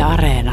Areena.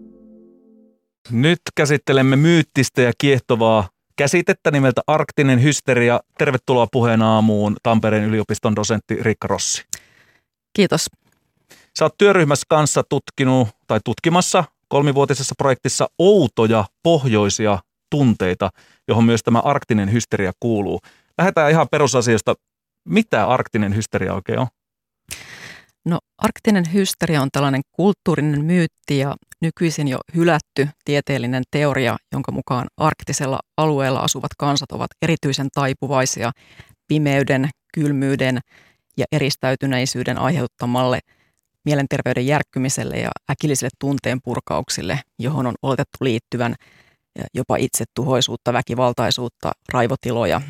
Nyt käsittelemme myyttistä ja kiehtovaa käsitettä nimeltä arktinen hysteria. Tervetuloa Puheen aamuun Tampereen yliopiston dosentti Riikka Rossi. Kiitos. Sä oot työryhmässä kanssa tutkimassa kolmivuotisessa projektissa outoja pohjoisia tunteita, johon myös tämä arktinen hysteria kuuluu. Lähdetään ihan perusasioista. Mitä arktinen hysteria oikein on? No, arktinen hysteria on tällainen kulttuurinen myytti ja nykyisin jo hylätty tieteellinen teoria, jonka mukaan arktisella alueella asuvat kansat ovat erityisen taipuvaisia pimeyden, kylmyyden ja eristäytyneisyyden aiheuttamalle mielenterveyden järkkymiselle ja äkillisille tunteen purkauksille, johon on oletettu liittyvän jopa itsetuhoisuutta, väkivaltaisuutta, raivotiloja.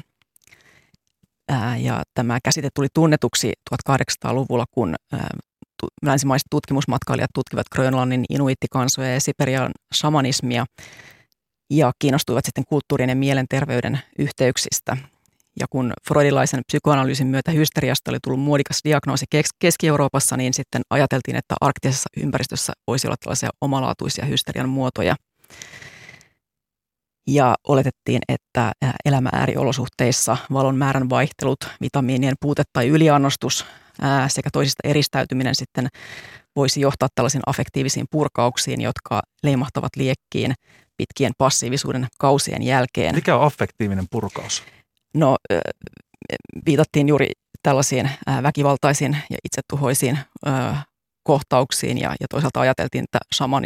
Ja tämä käsite tuli tunnetuksi 1800-luvulla, kun länsimaiset tutkimusmatkailijat tutkivat Grönlannin inuittikansoja ja Siperian shamanismia ja kiinnostuivat sitten kulttuurien ja mielenterveyden yhteyksistä. Ja kun freudilaisen psykoanalyysin myötä hysteriasta oli tullut muodikas diagnoosi Keski-Euroopassa, niin sitten ajateltiin, että arktisessa ympäristössä voisi olla tällaisia omalaatuisia hysterian muotoja. Ja oletettiin, että elämä ääriolosuhteissa, valon määrän vaihtelut, vitamiinien puute tai yliannostus sekä toisista eristäytyminen sitten voisi johtaa tällaisiin affektiivisiin purkauksiin, jotka leimahtavat liekkiin pitkien passiivisuuden kausien jälkeen. Mikä on affektiivinen purkaus? No, viitattiin juuri tällaisiin väkivaltaisiin ja itsetuhoisiin kohtauksiin ja toisaalta ajateltiin, että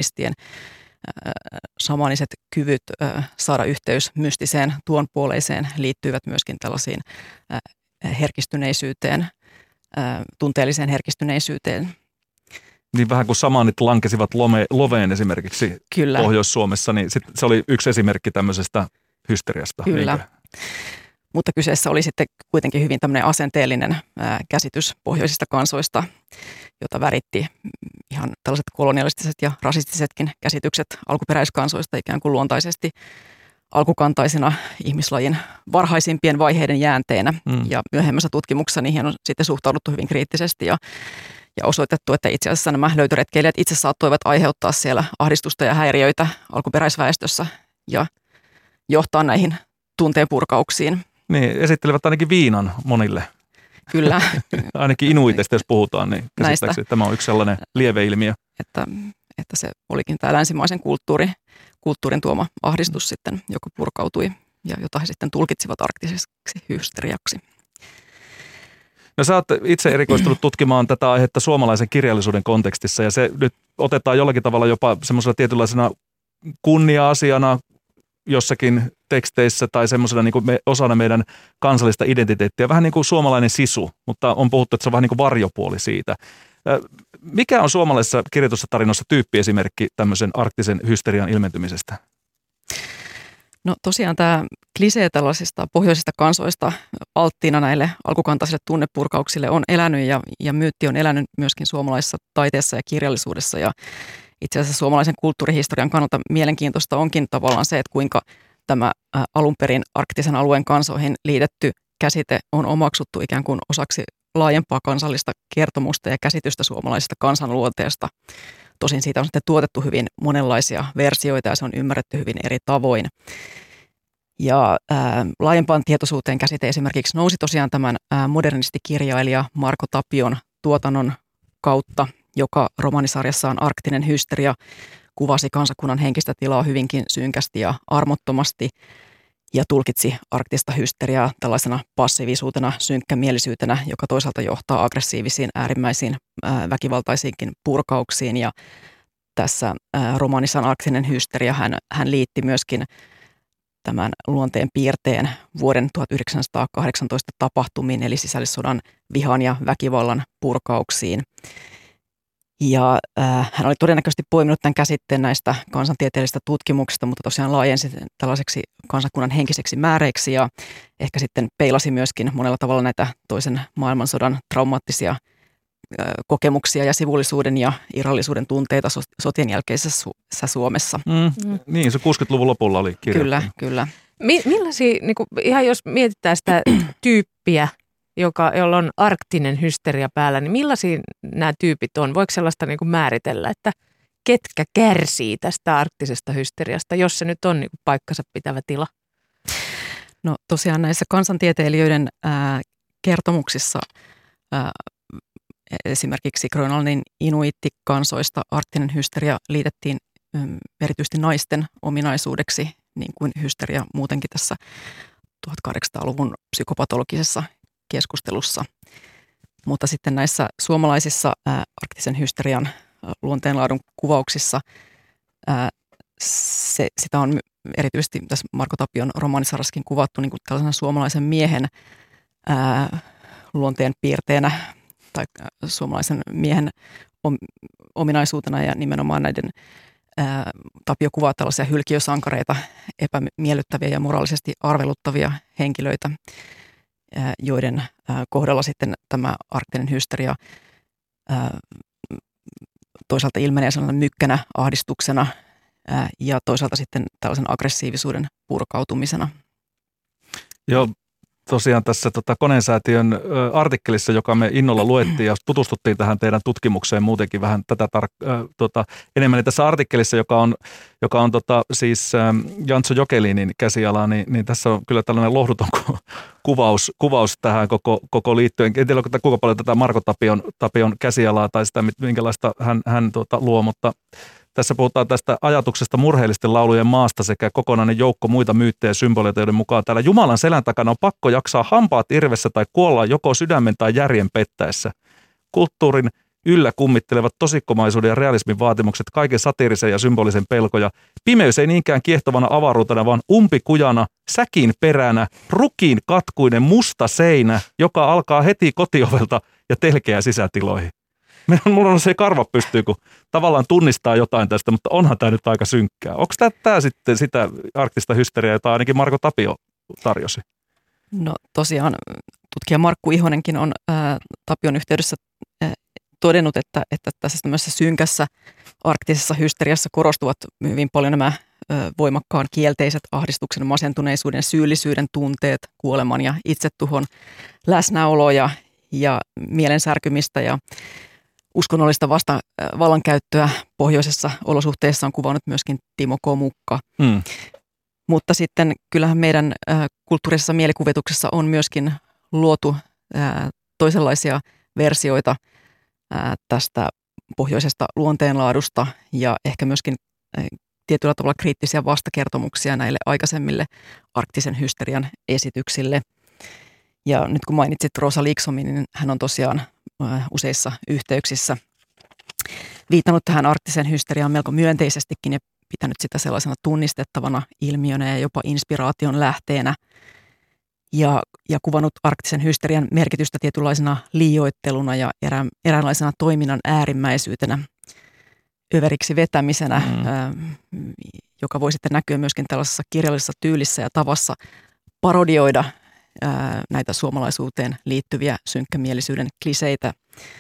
shamaniset kyvyt saada yhteys mystiseen tuonpuoleiseen liittyvät myöskin tällaisiin herkistyneisyyteen, tunteelliseen herkistyneisyyteen. Niin vähän kuin shamanit lankesivat loveen esimerkiksi Kyllä. Pohjois-Suomessa, niin se oli yksi esimerkki tämmöisestä hysteriasta. Kyllä. Niinkö? Mutta kyseessä oli sitten kuitenkin hyvin tämmöinen asenteellinen käsitys pohjoisista kansoista, jota väritti ihan tällaiset kolonialistiset ja rasistisetkin käsitykset alkuperäiskansoista ikään kuin luontaisesti alkukantaisina ihmislajin varhaisimpien vaiheiden jäänteenä. Ja myöhemmässä tutkimuksessa niihin on sitten suhtauduttu hyvin kriittisesti ja osoitettu, että itse asiassa nämä löytöretkeilijät itse saattoivat aiheuttaa siellä ahdistusta ja häiriöitä alkuperäisväestössä ja johtaa näihin tunteen purkauksiin. Niin, esittelevät ainakin viinan monille. Kyllä. Ainakin inuiteista, jos puhutaan, niin käsittääkseni tämä on yksi sellainen lieveilmiö. Että se olikin tämä länsimaisen kulttuurin tuoma ahdistus sitten, joka purkautui ja jota he sitten tulkitsivat arktiseksi hysteriaksi. No sä oot itse erikoistunut tutkimaan tätä aihetta suomalaisen kirjallisuuden kontekstissa ja se nyt otetaan jollakin tavalla jopa semmoisella tietynlaisena kunnia-asiana jossakin teksteissä tai semmoisena niin kuin osana meidän kansallista identiteettiä. Vähän niin kuin suomalainen sisu, mutta on puhuttu, että se on vähän niin kuin varjopuoli siitä. Mikä on suomalaisessa kirjoitussa tarinoissa tyyppiesimerkki tämmöisen arktisen hysterian ilmentymisestä? No tosiaan tämä klisee tällaisista pohjoisista kansoista alttiina näille alkukantaisille tunnepurkauksille on elänyt ja myytti on elänyt myöskin suomalaisessa taiteessa ja kirjallisuudessa. Ja itse asiassa suomalaisen kulttuurihistorian kannalta mielenkiintoista onkin tavallaan se, että kuinka tämä alun perin arktisen alueen kansoihin liitetty käsite on omaksuttu ikään kuin osaksi laajempaa kansallista kertomusta ja käsitystä suomalaisesta kansanluonteesta. Tosin siitä on sitten tuotettu hyvin monenlaisia versioita ja se on ymmärretty hyvin eri tavoin. Ja laajempaan tietoisuuteen käsite esimerkiksi nousi tosiaan tämän modernistikirjailija Marko Tapion tuotannon kautta, joka romanisarjassaan Arktinen hysteria kuvasi kansakunnan henkistä tilaa hyvinkin synkästi ja armottomasti ja tulkitsi arktista hysteriaa tällaisena passiivisuutena, synkkämielisyytenä, joka toisaalta johtaa aggressiivisiin, äärimmäisiin, väkivaltaisiinkin purkauksiin. Ja tässä romaanissaan Arktinen hysteria hän liitti myöskin tämän luonteen piirteen vuoden 1918 tapahtumiin, eli sisällissodan vihan ja väkivallan purkauksiin. Ja hän oli todennäköisesti poiminut tämän käsitteen näistä kansantieteellisistä tutkimuksista, mutta tosiaan laajensi tällaiseksi kansakunnan henkiseksi määreiksi ja ehkä sitten peilasi myöskin monella tavalla näitä toisen maailmansodan traumaattisia kokemuksia ja sivullisuuden ja irrallisuuden tunteita sotien jälkeisessä Suomessa. Niin, se 60-luvun lopulla oli kirjoittanut. Kyllä. Millaisia, niin kuin, ihan jos mietitään sitä tyyppiä, jolla on arktinen hysteria päällä, niin millaisia nämä tyypit on? Voiko sellaista niin kuin määritellä, että ketkä kärsii tästä arktisesta hysteriasta, jos se nyt on niin kuin paikkansa pitävä tila? No tosiaan näissä kansantieteilijöiden kertomuksissa esimerkiksi Grönlannin inuittikansoista arktinen hysteria liitettiin erityisesti naisten ominaisuudeksi, niin kuin hysteria muutenkin tässä 1800-luvun psykopatologisessa keskustelussa. Mutta sitten näissä suomalaisissa arktisen hysterian luonteenlaadun kuvauksissa sitä on erityisesti tässä Marko Tapion romaanisarjassakin kuvattu niin kuin tällaisena suomalaisen miehen luonteen piirteenä tai suomalaisen miehen ominaisuutena ja nimenomaan näiden Tapio kuvaa tällaisia hylkiösankareita, epämiellyttäviä ja moraalisesti arveluttavia henkilöitä, joiden kohdalla sitten tämä arktinen hysteria toisaalta ilmenee sellainen mykkänä, ahdistuksena ja toisaalta sitten tällaisen aggressiivisuuden purkautumisena. Joo, tosiaan tässä Koneen-säätiön artikkelissa, joka me innolla luettiin ja tutustuttiin tähän teidän tutkimukseen muutenkin vähän tätä enemmän. Niin tässä artikkelissa, joka on siis Jantso Jokelinin käsiala, niin tässä on kyllä tällainen lohduton kuvaus tähän koko liittyen. En tiedä, kuinka paljon tätä Marko Tapion käsialaa tai sitä, minkälaista hän luo, mutta tässä puhutaan tästä ajatuksesta murheellisten laulujen maasta sekä kokonainen joukko muita myyttejä ja symboleita, joiden mukaan täällä Jumalan selän takana on pakko jaksaa hampaat irvessä tai kuolla joko sydämen tai järjen pettäessä. Kulttuurin yllä kummittelevat tosikkomaisuuden ja realismin vaatimukset, kaiken satiirisen ja symbolisen pelkoja. Pimeys ei niinkään kiehtovana avaruutena, vaan umpikujana, säkin peränä, rukiin katkuinen musta seinä, joka alkaa heti kotiovelta ja telkeää sisätiloihin. Mulla on se karva pystyy, kun tavallaan tunnistaa jotain tästä, mutta onhan tämä nyt aika synkkää. Onko tämä sitten sitä arktista hysteriaa, jota ainakin Marko Tapio tarjosi? No tosiaan tutkija Markku Ihonenkin on Tapion yhteydessä todennut, että tässä tämmöisessä synkässä arktisessa hysteriassa korostuvat hyvin paljon nämä voimakkaan kielteiset ahdistuksen, masentuneisuuden, syyllisyyden tunteet, kuoleman ja itsetuhon läsnäoloja ja mielensärkymistä ja uskonnollista vallankäyttöä pohjoisessa olosuhteissa on kuvannut myöskin Timo Komukka. Mutta sitten kyllähän meidän kulttuurisessa mielikuvituksessa on myöskin luotu toisenlaisia versioita tästä pohjoisesta luonteenlaadusta ja ehkä myöskin tietyllä tavalla kriittisiä vastakertomuksia näille aikaisemmille arktisen hysterian esityksille. Ja nyt kun mainitsit Rosa Liksomin, niin hän on tosiaan useissa yhteyksissä viitannut tähän arktiseen hysteriaan melko myönteisestikin ja pitänyt sitä sellaisena tunnistettavana ilmiönä ja jopa inspiraation lähteenä ja kuvannut arktisen hysterian merkitystä tietynlaisena liioitteluna ja eräänlaisena toiminnan äärimmäisyytenä, överiksi vetämisenä, joka voi sitten näkyä myöskin tällaisessa kirjallisessa tyylissä ja tavassa parodioida näitä suomalaisuuteen liittyviä synkkämielisyyden kliseitä.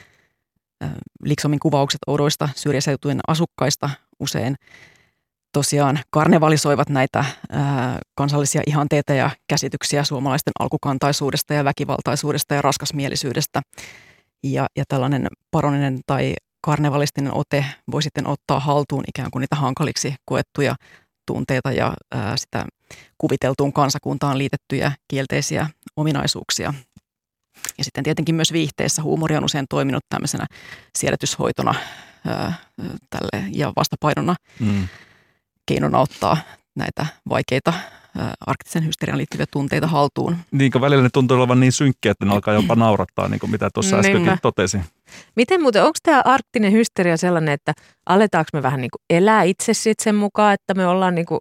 Liksomin kuvaukset oudoista syrjäseutujen asukkaista usein tosiaan karnevalisoivat näitä kansallisia ihanteita ja käsityksiä suomalaisten alkukantaisuudesta ja väkivaltaisuudesta ja raskasmielisyydestä. Ja tällainen paroninen tai karnevalistinen ote voi sitten ottaa haltuun ikään kuin niitä hankaliksi koettuja tunteita ja sitä kuviteltuun kansakuntaan liitettyjä kielteisiä ominaisuuksia. Ja sitten tietenkin myös viihteessä huumori on usein toiminut tämmöisenä siedätyshoitona tälle ja vastapainona keinona ottaa näitä vaikeita arktisen hysterian liittyviä tunteita haltuun. Niin kuin välillä ne tuntuu olevan niin synkkiä, että ne alkaa jopa naurattaa, niin kuin mitä tuossa äskenkin totesin. Miten muuten, onko tämä arktinen hysteria sellainen, että aletaanko me vähän niin kuin elää itse sen mukaan, että me ollaan niin kuin,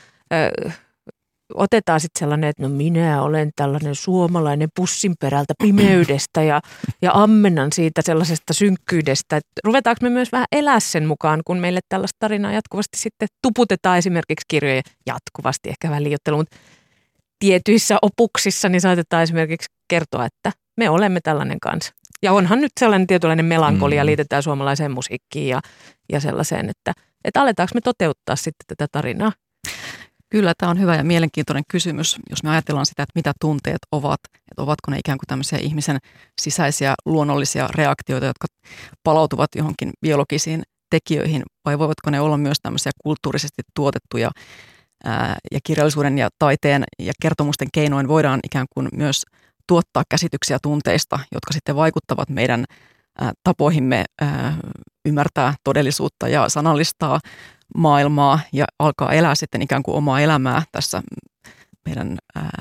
otetaan sitten sellainen, että no minä olen tällainen suomalainen pussin perältä pimeydestä ja ammennan siitä sellaisesta synkkyydestä. Että ruvetaanko me myös vähän elää sen mukaan, kun meille tällaista tarinaa jatkuvasti sitten tuputetaan esimerkiksi kirjojen jatkuvasti, ehkä vähän liioittelu, mutta tietyissä opuksissa niin saatetaan esimerkiksi kertoa, että me olemme tällainen kansa. Ja onhan nyt sellainen tietynlainen melankolia liitetään suomalaiseen musiikkiin ja sellaiseen, että aletaanko me toteuttaa sitten tätä tarinaa? Kyllä, tämä on hyvä ja mielenkiintoinen kysymys, jos me ajatellaan sitä, että mitä tunteet ovat, että ovatko ne ikään kuin tämmöisiä ihmisen sisäisiä luonnollisia reaktioita, jotka palautuvat johonkin biologisiin tekijöihin vai voivatko ne olla myös tämmöisiä kulttuurisesti tuotettuja ja kirjallisuuden ja taiteen ja kertomusten keinoin voidaan ikään kuin myös tuottaa käsityksiä tunteista, jotka sitten vaikuttavat meidän tapoihimme ymmärtää todellisuutta ja sanallistaa maailmaa ja alkaa elää sitten ikään kuin omaa elämää tässä meidän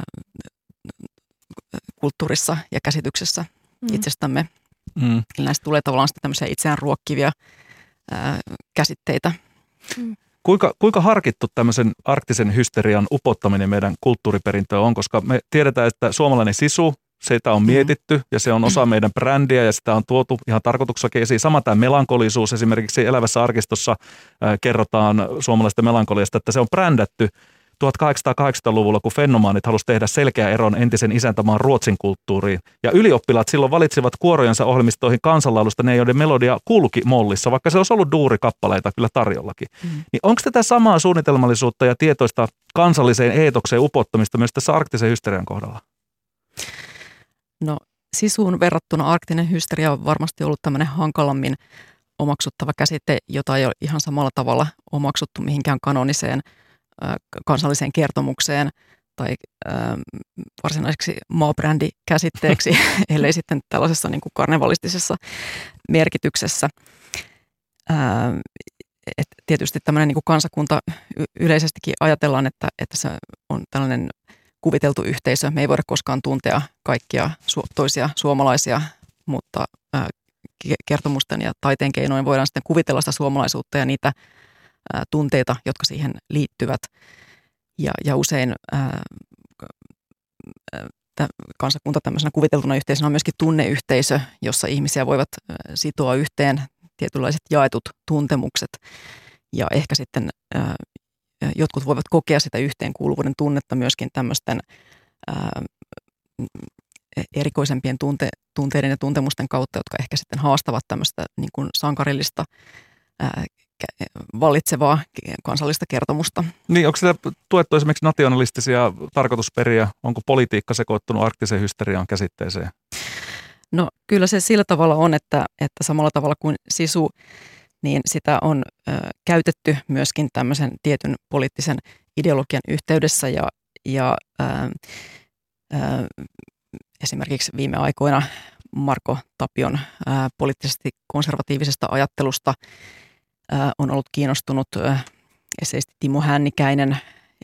kulttuurissa ja käsityksessä itsestämme. Eli näistä tulee tavallaan sitten tämmöisiä itseään ruokkivia käsitteitä. Kuinka harkittu tämmöisen arktisen hysterian upottaminen meidän kulttuuriperintöön on, koska me tiedetään, että suomalainen sisu, sitä on mietitty ja se on osa meidän brändiä ja sitä on tuotu ihan tarkoituksellakin esiin. Sama tämä melankolisuus, esimerkiksi Elävässä arkistossa kerrotaan suomalaisesta melankoliasta, että se on brändätty 1880-luvulla, kun fennomaanit halusi tehdä selkeä eron entisen isäntämaan Ruotsin kulttuuriin. Ja ylioppilaat silloin valitsivat kuorojensa ohjelmistoihin kansanlaulusta ne, joiden melodia kulki mollissa, vaikka se olisi ollut duurikappaleita kyllä tarjollakin. Niin onko tätä samaa suunnitelmallisuutta ja tietoista kansalliseen eetokseen upottamista myös tässä arktisen hysterian kohdalla? No sisuun verrattuna arktinen hysteria on varmasti ollut tämmöinen hankalammin omaksuttava käsite, jota ei ole ihan samalla tavalla omaksuttu mihinkään kanoniseen kansalliseen kertomukseen tai varsinaiseksi maabrändikäsitteeksi, ellei sitten tällaisessa niin kuin karnevalistisessa merkityksessä. Et tietysti tämmöinen niin kuin kansakunta yleisestikin ajatellaan, että se on tällainen kuviteltu yhteisö. Me ei voida koskaan tuntea kaikkia toisia suomalaisia, mutta kertomusten ja taiteen keinoin voidaan sitten kuvitella sitä suomalaisuutta ja niitä tunteita, jotka siihen liittyvät. Ja usein kansakunta tämmöisenä kuviteltuna yhteisönä on myöskin tunneyhteisö, jossa ihmisiä voivat sitoa yhteen tietynlaiset jaetut tuntemukset. Ja ehkä sitten jotkut voivat kokea sitä yhteenkuuluvuuden tunnetta myöskin tämmöisten erikoisempien tunteiden ja tuntemusten kautta, jotka ehkä sitten haastavat tämmöistä niin kuin sankarillista vallitsevaa kansallista kertomusta. Niin, onko sitä tuettu esimerkiksi nationalistisia tarkoitusperiä? Onko politiikka sekoittunut arktisen hysteriaan käsitteeseen? No kyllä se sillä tavalla on, että samalla tavalla kuin sisu, niin sitä on käytetty myöskin tämmöisen tietyn poliittisen ideologian yhteydessä ja esimerkiksi viime aikoina Marko Tapion poliittisesti konservatiivisesta ajattelusta on ollut kiinnostunut eseisti Timo Hännikäinen,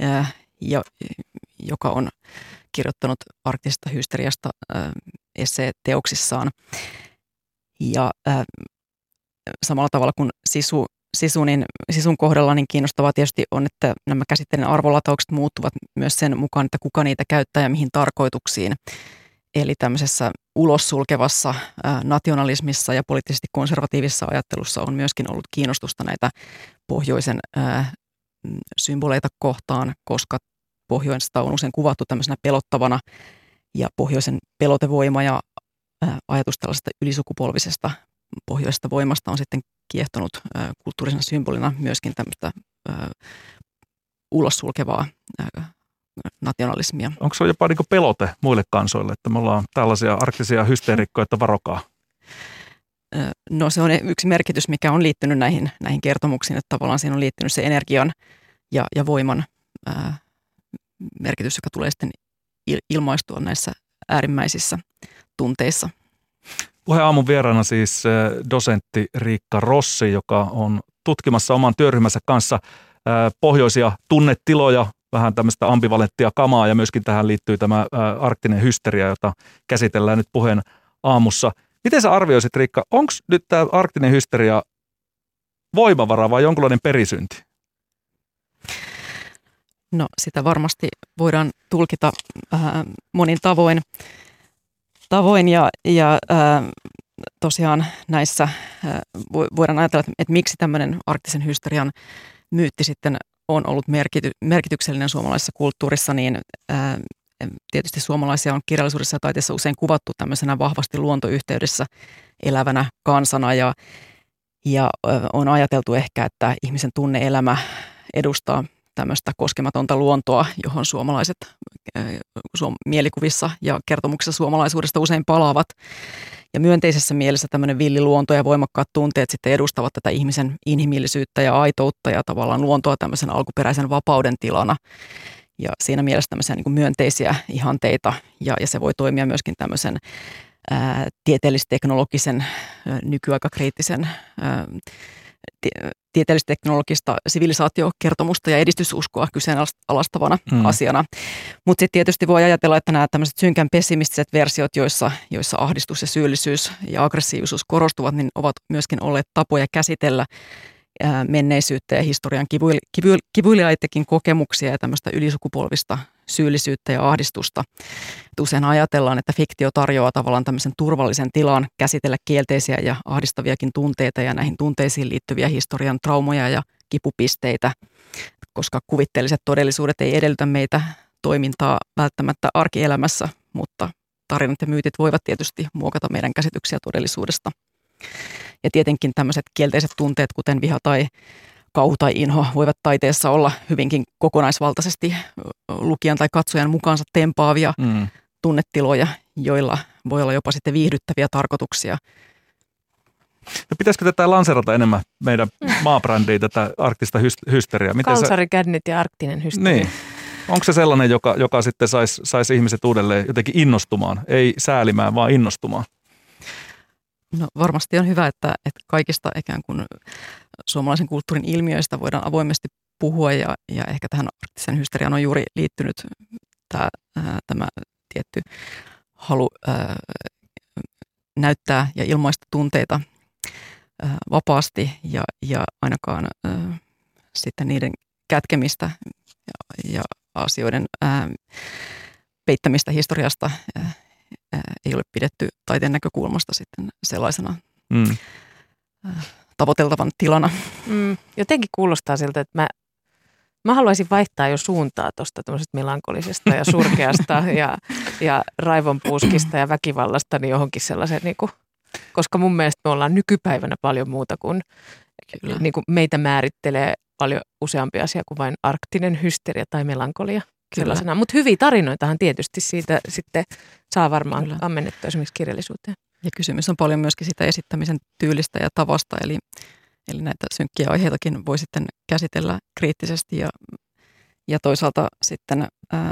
joka on kirjoittanut arktisesta hysteriasta esseeteoksissaan. Ja samalla tavalla kuin sisun kohdalla niin kiinnostavaa tietysti on, että nämä käsitteiden arvolataukset muuttuvat myös sen mukaan, että kuka niitä käyttää ja mihin tarkoituksiin. Eli tämmöisessä ulossulkevassa nationalismissa ja poliittisesti konservatiivisessa ajattelussa on myöskin ollut kiinnostusta näitä pohjoisen symboleita kohtaan, koska pohjoista on usein kuvattu tämmöisenä pelottavana ja pohjoisen pelotevoima ja ajatus tällaisesta ylisukupolvisesta pohjoisesta voimasta on sitten kiehtonut kulttuurisena symbolina myöskin tämmöistä ulossulkevaa nationalismia. Onko se jopa niin kuin pelote muille kansoille, että me ollaan tällaisia arktisia hysteerikkoja, että varokaa? No se on yksi merkitys, mikä on liittynyt näihin kertomuksiin, että tavallaan siinä on liittynyt se energian ja voiman merkitys, joka tulee sitten ilmaistua näissä äärimmäisissä tunteissa. Puheen aamun vieraana siis dosentti Riikka Rossi, joka on tutkimassa oman työryhmänsä kanssa pohjoisia tunnetiloja, vähän tämmöistä ambivalenttia kamaa ja myöskin tähän liittyy tämä arktinen hysteria, jota käsitellään nyt puheen aamussa. Miten sä arvioisit, Riikka, onko nyt tämä arktinen hysteria voimavara vai jonkinlainen perisynti? No sitä varmasti voidaan tulkita monin tavoin ja tosiaan näissä voidaan ajatella, että miksi tämmöinen arktisen hysterian myytti sitten on ollut merkityksellinen suomalaisessa kulttuurissa, niin tietysti suomalaisia on kirjallisuudessa ja taiteessa usein kuvattu tämmöisenä vahvasti luontoyhteydessä elävänä kansana ja on ajateltu ehkä, että ihmisen tunne-elämä edustaa tämmöistä koskematonta luontoa, johon suomalaiset mielikuvissa ja kertomuksissa suomalaisuudesta usein palaavat. Ja myönteisessä mielessä tämmöinen villiluonto ja voimakkaat tunteet sitten edustavat tätä ihmisen inhimillisyyttä ja aitoutta ja tavallaan luontoa tämmöisen alkuperäisen vapauden tilana. Ja siinä mielessä tämmöisiä niin kuin myönteisiä ihanteita ja se voi toimia myöskin tämmöisen tieteellis-teknologisen, nykyaikakriittisen tieteellis-teknologista sivilisaatiokertomusta ja edistysuskoa kyseenalaistavana asiana. Mutta sitten tietysti voi ajatella, että nämä tämmöiset synkän pessimistiset versiot, joissa ahdistus ja syyllisyys ja aggressiivisuus korostuvat, niin ovat myöskin olleet tapoja käsitellä menneisyyttä ja historian kivuliaitakin kokemuksia ja tämmöistä ylisukupolvista syyllisyyttä ja ahdistusta. Usein ajatellaan, että fiktio tarjoaa tavallaan tämmöisen turvallisen tilan käsitellä kielteisiä ja ahdistaviakin tunteita ja näihin tunteisiin liittyviä historian traumoja ja kipupisteitä, koska kuvitteelliset todellisuudet ei edellytä meitä toimintaa välttämättä arkielämässä, mutta tarinat ja myytit voivat tietysti muokata meidän käsityksiä todellisuudesta. Ja tietenkin tämmöiset kielteiset tunteet, kuten viha tai kauhu tai inho, voivat taiteessa olla hyvinkin kokonaisvaltaisesti lukijan tai katsojan mukaansa tempaavia tunnetiloja, joilla voi olla jopa sitten viihdyttäviä tarkoituksia. No pitäisikö tätä lanserata enemmän meidän maabrändiin, tätä arktista hysteriaa? Kalsarikännit ja arktinen hysteria. Niin. Onko se sellainen, joka sitten saisi ihmiset uudelleen jotenkin innostumaan, ei säälimään, vaan innostumaan? No varmasti on hyvä, että kaikista ikään kuin suomalaisen kulttuurin ilmiöistä voidaan avoimesti puhua ja ehkä tähän arktisen hysteriaan on juuri liittynyt tämä tietty halu näyttää ja ilmaista tunteita vapaasti ja ainakaan sitten niiden kätkemistä ja asioiden peittämistä historiasta ei ole pidetty taiteen näkökulmasta sitten sellaisena tavoiteltavan tilana. Jotenkin kuulostaa siltä, että mä haluaisin vaihtaa jo suuntaa tuosta tämmöisestä melankolisesta ja surkeasta ja raivonpuuskista ja väkivallasta niin johonkin sellaiseen, niin kuin, koska mun mielestä me ollaan nykypäivänä paljon muuta kuin, niin kuin meitä määrittelee paljon useampi asia kuin vain arktinen hysteria tai melankolia. Mutta hyviä tarinoitahan tietysti siitä sitten saa varmaan ammennettua esimerkiksi kirjallisuuteen. Ja kysymys on paljon myöskin sitä esittämisen tyylistä ja tavasta, eli näitä synkkiä aiheitakin voi sitten käsitellä kriittisesti ja toisaalta sitten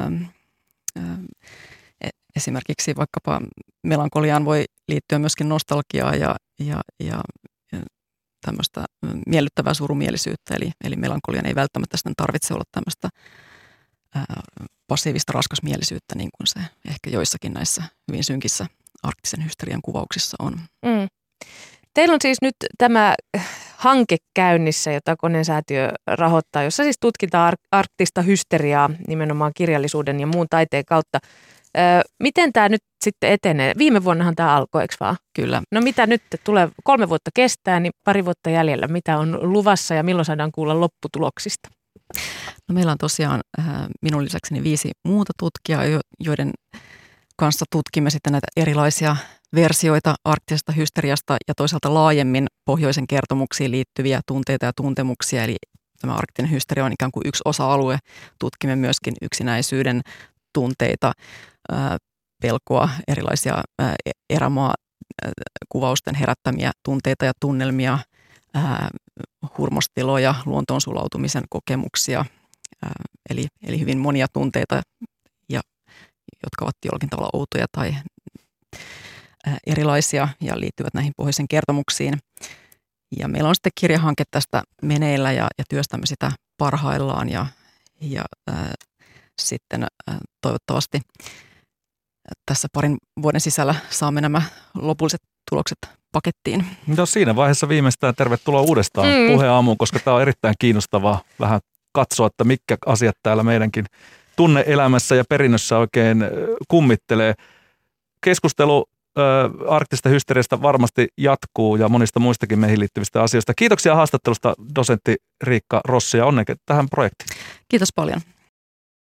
esimerkiksi vaikkapa melankoliaan voi liittyä myöskin nostalgiaa ja tämmöistä miellyttävää surumielisyyttä, eli melankolian ei välttämättä sitten tarvitse olla tämmöistä passiivista raskasmielisyyttä, niin kuin se ehkä joissakin näissä hyvin synkissä arktisen hysterian kuvauksissa on. Teillä on siis nyt tämä hanke käynnissä, jota Koneen-säätiö rahoittaa, jossa siis tutkitaan arktista hysteriaa nimenomaan kirjallisuuden ja muun taiteen kautta. Miten tämä nyt sitten etenee? Viime vuonnahan tämä alkoi, eikö vaan? Kyllä. No mitä nyt tulee? 3 vuotta kestää, niin 2 vuotta jäljellä. Mitä on luvassa ja milloin saadaan kuulla lopputuloksista? No meillä on tosiaan minun lisäkseni 5 muuta tutkijaa, joiden kanssa tutkimme sitten näitä erilaisia versioita arktisesta hysteriasta ja toisaalta laajemmin pohjoisen kertomuksiin liittyviä tunteita ja tuntemuksia. Eli tämä arktinen hysteria on ikään kuin yksi osa-alue. Tutkimme myöskin yksinäisyyden tunteita, pelkoa, erilaisia erämaakuvausten herättämiä tunteita ja tunnelmia, hurmostiloja, luontoon sulautumisen kokemuksia, eli hyvin monia tunteita, jotka ovat jollakin tavalla outoja tai erilaisia ja liittyvät näihin pohjoisen kertomuksiin. Ja meillä on sitten kirjahanke tästä meneillä ja työstämme sitä parhaillaan ja sitten toivottavasti tässä 2 vuoden sisällä saamme nämä lopulliset tulokset pakettiin. No siinä vaiheessa viimeistään tervetuloa uudestaan Puheaamuun, koska tämä on erittäin kiinnostavaa vähän katsoa, että mitkä asiat täällä meidänkin tunne-elämässä ja perinnössä oikein kummittelee. Keskustelu arktista hysteriasta varmasti jatkuu ja monista muistakin meihin liittyvistä asioista. Kiitoksia haastattelusta dosentti Riikka Rossi ja onnea tähän projektiin. Kiitos paljon.